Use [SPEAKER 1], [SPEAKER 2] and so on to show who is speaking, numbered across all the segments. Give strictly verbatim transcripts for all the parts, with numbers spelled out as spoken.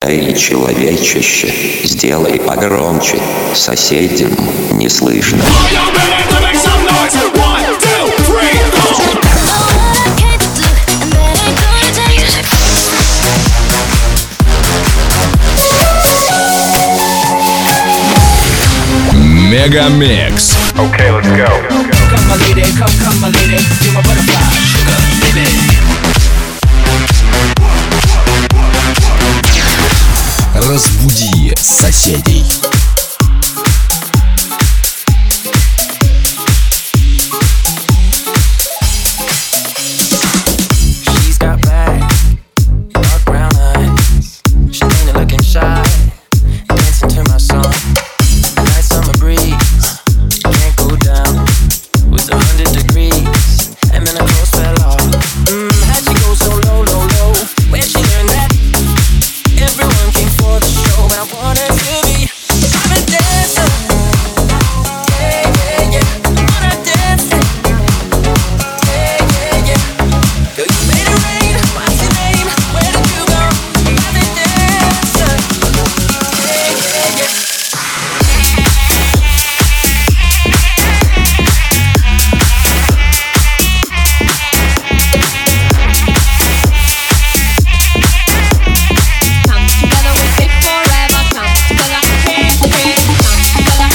[SPEAKER 1] Эй, человечище, сделай погромче, соседям не слышно.
[SPEAKER 2] Мегамикс.
[SPEAKER 3] Okay, let's go.
[SPEAKER 4] Come my lady, come, come my lady, you're my butterfly, sugar, baby.
[SPEAKER 2] Разбуди соседей.
[SPEAKER 4] She's got black, dark brown eyes. She ain't looking shy, dancing to my song. Nice summer breeze, can't go down. Was a hundred degrees, and then her clothes fell off. Mmm, how'd she go so low, low, low? Where'd she learn that? Everyone came for the show, and I wanted to be private dancer. Yeah, yeah, yeah. I wanna dance. Yeah, yeah, yeah. Girl, you made it rain. What's your name? Where did you go? Private dancer. Yeah, yeah, yeah.
[SPEAKER 5] Come together, we stay forever. Come together, hey, hey. Come together.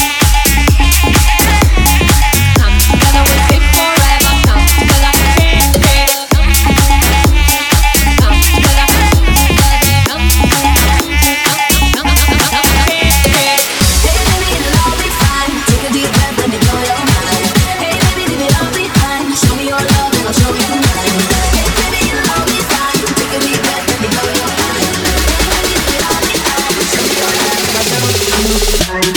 [SPEAKER 5] Come together, we stay forever. Come together, hey, hey. Come, come together. Come, come, come, hey, hey.
[SPEAKER 6] Hey baby, it'll all be fine. Take a deep breath, let me blow your mind. Hey baby, leave it all behind. Show me your love and I'll show you mine. Hey baby, it'll all be fine. Take a deep breath, let me blow your mind. Hey baby, leave it all behind. Show me your love and I'll show you mine.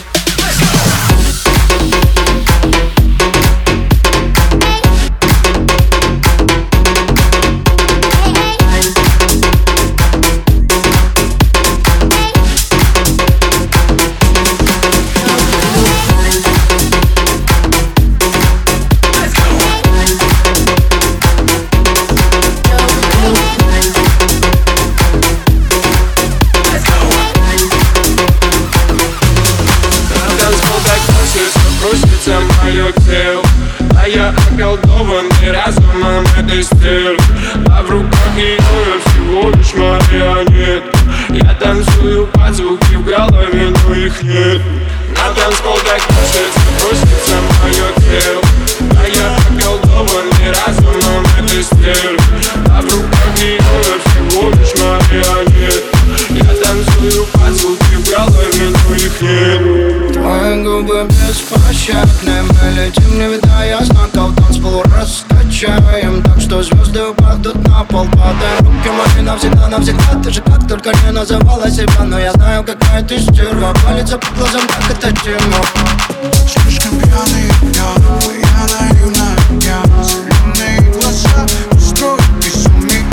[SPEAKER 7] Танцпол так кружится, кружится мое тело. А я околдованный разумом этой стрелы. А в руках ее я всего лишь марионетка. Я танцую под звуки в голове, но их нет. На танцпол так кружится, кружится мое тело. А я околдованный разумом этой стрелы. А в руках ее я всего лишь марионетка. Я танцую под звуки в голове, но их нет.
[SPEAKER 8] Твои губы беспощадны, мы летим, не видая знаков, танцпол раскачаем, так что звезды упадут на пол. Падаем, руки мои навсегда, навсегда. Ты же как только не называла себя, но я знаю, какая ты стерва. Палится по глазам, так это тема.
[SPEAKER 9] Слишком пьяный я, я наивна, я зеленые глаза устроят безумие.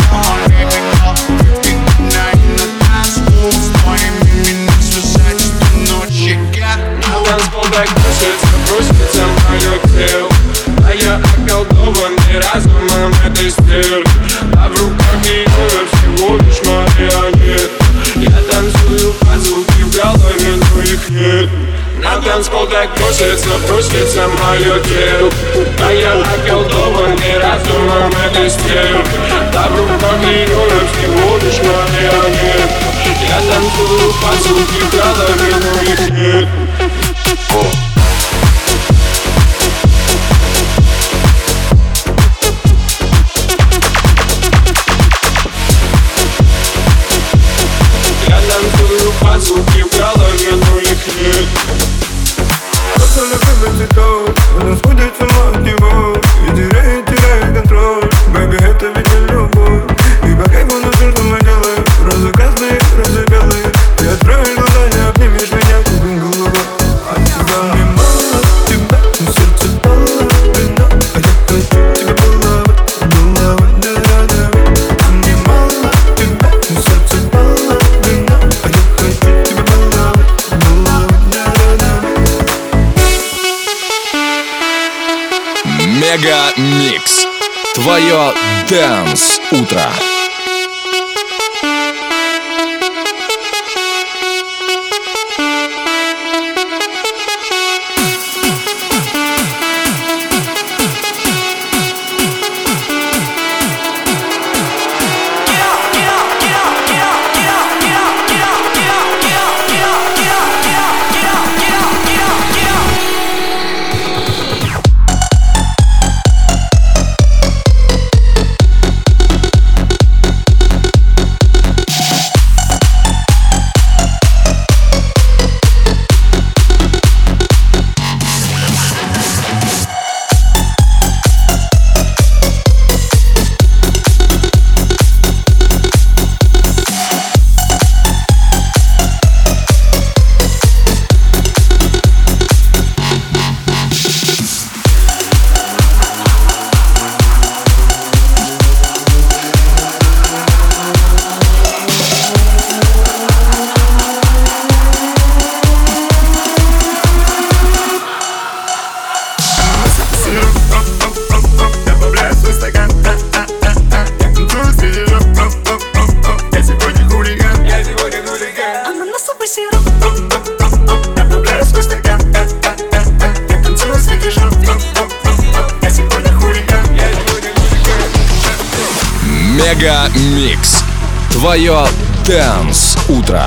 [SPEAKER 7] На танцпол так кружится, кружится мое тело. А я околдованный разумом этой стрелы. А в руках ее я всего лишь марионетка. Я танцую под звуки в голове, но их нет. На танцпол так кружится, кружится мое тело. А я околдованный разумом этой стрелы. А в руках ее я всего лишь марионетка. Я танцую под звуки в голове, но их нет. Я танцую под звуки в голове, но их нет.
[SPEAKER 9] Просто любимый цветок, он сходит с ума от него и теряет, теряет контроль. Бэби, это ведь не любовь. И по кайфу на все, что мы делаем. Розы красные, розы белые. Ты откроешь глаза, не обнимешь меня, кругом голова. От тебя мне мало, тебя на сердце половина. А я хочу тебя баловать, баловать до рада. А мне мало тебя на сердце половина. А я хочу тебя баловать, баловать до рада.
[SPEAKER 2] Мегамикс. Твое Dance утро. Мега Микс. Твое Dance утро.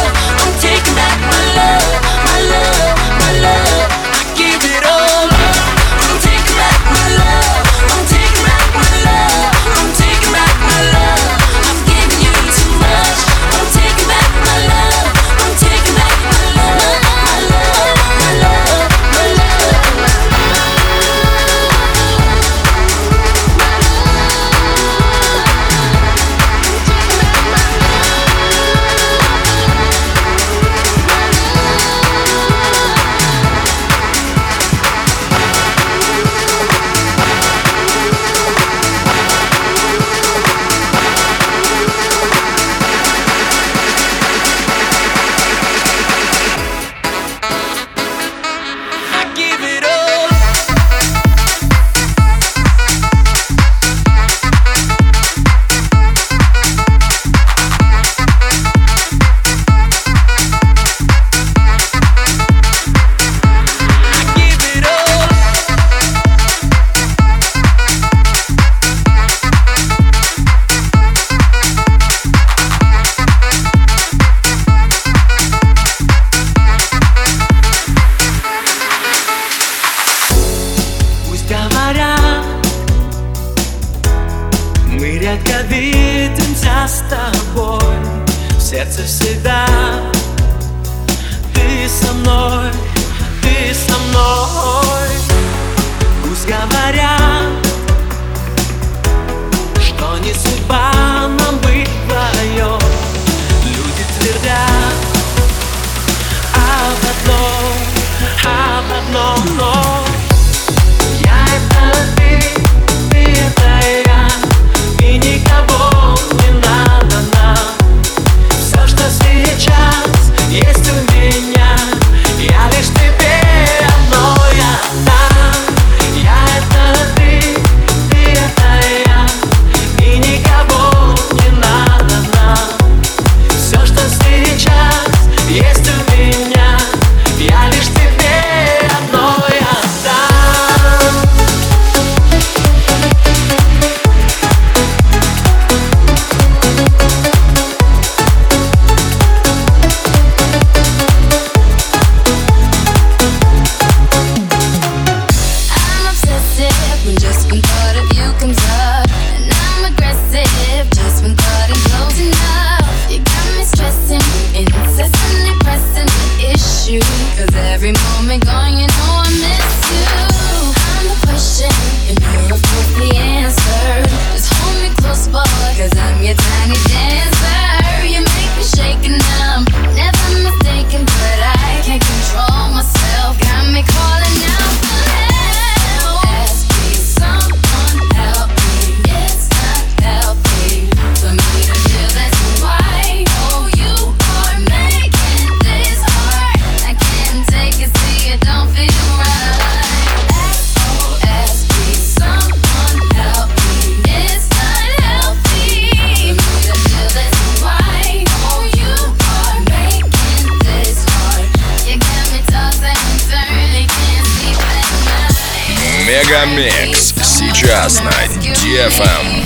[SPEAKER 3] Give it all up. видимся с тобой. В сердце всегда ты со мной, ты со мной. Пусть говорят, что не судьба нам быть вдвоем. Люди твердят об одном, об одном, но я это ты, ты это я, и никого не надо нам. Все, что сейчас есть у меня, я лишь тебе одной отдам. Я это ты, ты это я, и никого не надо нам. Все, что сейчас есть у меня, я лишь тебе одной отдам.
[SPEAKER 6] I'm obsessive when just one thought of you comes up, and I'm aggressive just when thought is close enough. You got me stressing, incessantly pressing the issue, 'cause every moment gone, you know I miss you. I'm the question, and you're of course the answer. Just hold me close, boy, 'cause I'm your tiny dancer. You make me shake and I'm never mistaken, but I can't control myself. Got me calling out for help. Ask me, someone help me. It's not healthy for me to feel this way. Oh, you are making this hard. I can't take it, see it don't feel right. Ask me, someone help me. It's not healthy for me to feel this way. Oh, you are making this hard. You got me tossing and turning, can't sleep at night.
[SPEAKER 2] Мегамикс сейчас на ди эф эм.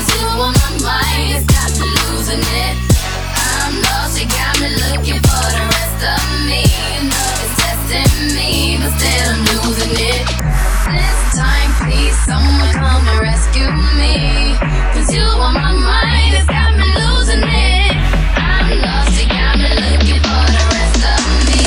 [SPEAKER 6] Someone come and rescue me, 'cause you on my mind, it's got me losing it. I'm lost, you got me looking for the rest of me.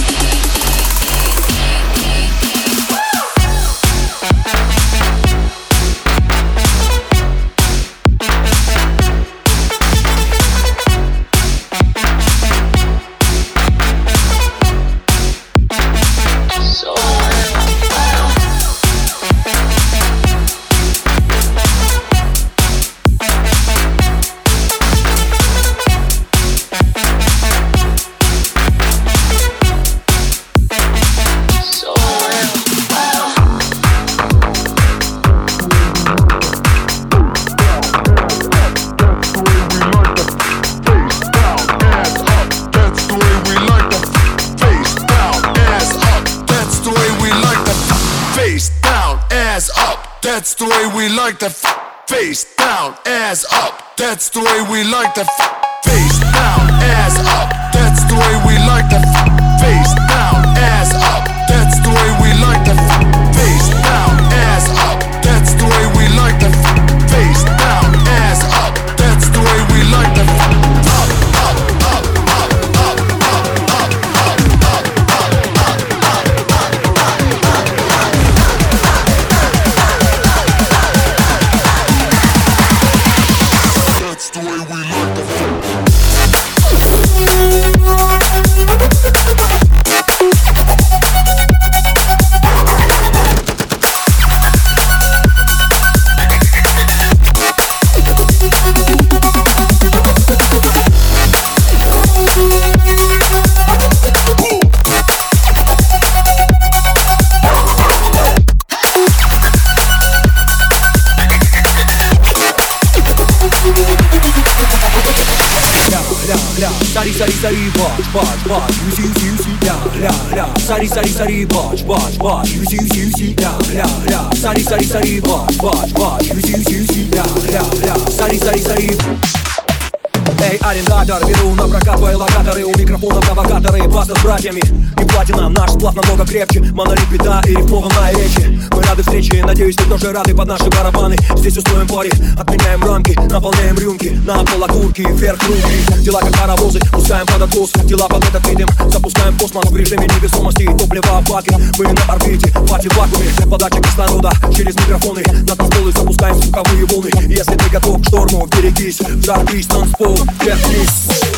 [SPEAKER 10] That's the way we like that face down, ass up. That's the way we like that face down, ass up. That's the way we like that face down, ass up. That's the way we like that face down, ass up. That's the way we like that face down, ass up. That's the way we like that up, up, up, up, up, up, up, That's the way we like
[SPEAKER 3] Sari sari sari boş boş boş yüz yüz yüz la la la Sari sari sari boş boş boş yüz yüz yüz la la la Sari sari sari boş boş boş yüz yüz yüz la la la Sari sari sari. Эй, арендатор, беру на прокат твои локаторы. У микрофонов провокаторы, паста с братьями. и платина. Наш сплав намного крепче, монолит беда и рифмованная речи. Мы рады встрече, надеюсь, вы тоже рады под наши барабаны. Здесь устроим пари, отменяем рамки, наполняем рюмки, на пол окурки, вверх руки. Дела как паровозы, пускаем под откос, дела под этот ритм, запускаем в космос в режиме невесомости. Топливо в баке, мы на орбите, пати в вакууме, подача кислорода через микрофоны. На танцполы запускаем звуковые волны. Если ты готов к шторму, берегись, взорвись, танцпол, вверх-вниз.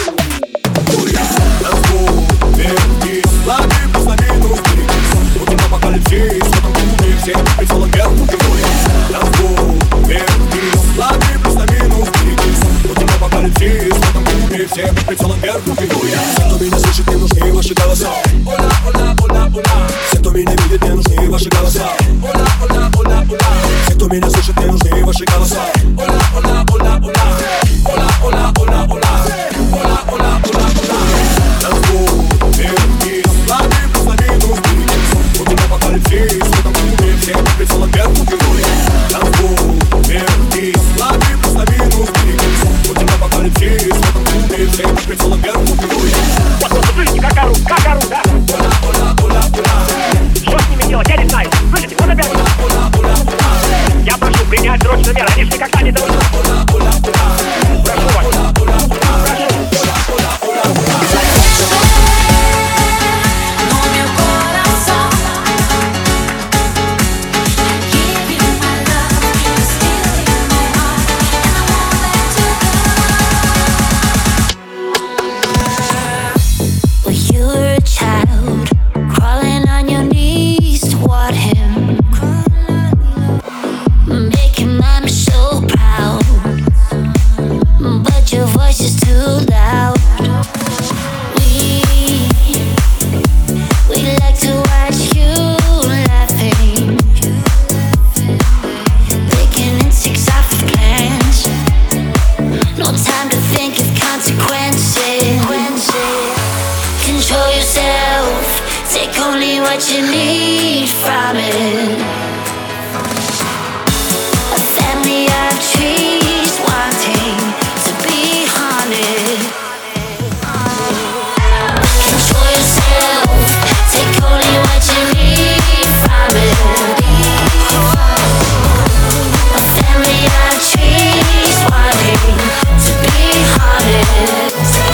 [SPEAKER 3] Танцпол, вверх-вниз, лови плюс-минус, берегись. Будем апокалипсис, в этом клубе все прицелом вверх, танцпол, вверх-вниз, лови плюс-минус, берегись. Будем апокалипсис, в этом клубе все прицелом вверх, все, кто меня слышит, мне нужны ваши голоса. Оля, оля, оля, оля. Все, кто меня видит, мне нужны ваши голоса. Оля, оля, оля, оля. Все, кто меня слышит, мне нужны ваши голоса. Оля, оля, оля, оля. Оля, оля, оля, оля. Оля, оля, оля, оля. Танцпол, вверх-вниз, лови плюс-минус, берегись. Будем апокалипсис, в этом клубе все прицелом вверх, танцпол, вверх-вниз, лови плюс-минус, берегись. Будем апокалипсис, в этом клубе все прицелом вверх,
[SPEAKER 11] вот, слышите, как ору, как ору, да?
[SPEAKER 3] Оля, оля, оля, оля.
[SPEAKER 11] Что с ними делать, я не знаю. Слышите, вот опять.
[SPEAKER 3] Оля, оля, оля, оля.
[SPEAKER 11] Я прошу принять срочно меры, они же никогда не дадут.
[SPEAKER 3] Оля, оля, оля.
[SPEAKER 11] Прошу вас.
[SPEAKER 3] Оля, оля, оля.
[SPEAKER 11] Прошу.
[SPEAKER 3] Оля, оля, оля, оля.
[SPEAKER 6] What you need from it. A family of trees wanting to be haunted. Control yourself, take only what you need from it. A family of trees wanting to be haunted.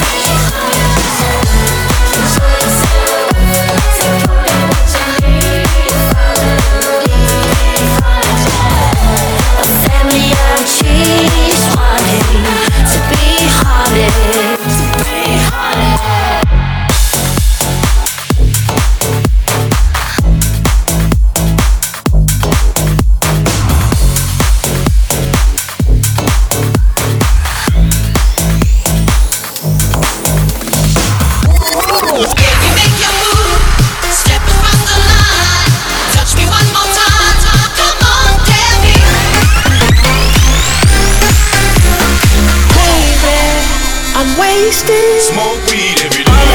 [SPEAKER 10] Smoke weed every day.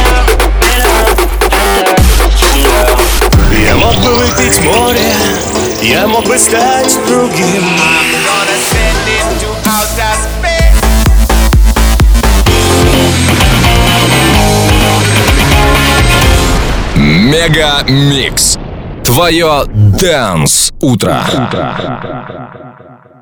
[SPEAKER 10] Я мог бы выпить море, я мог бы стать другим.
[SPEAKER 2] Мега Микс. Твое Dance утро.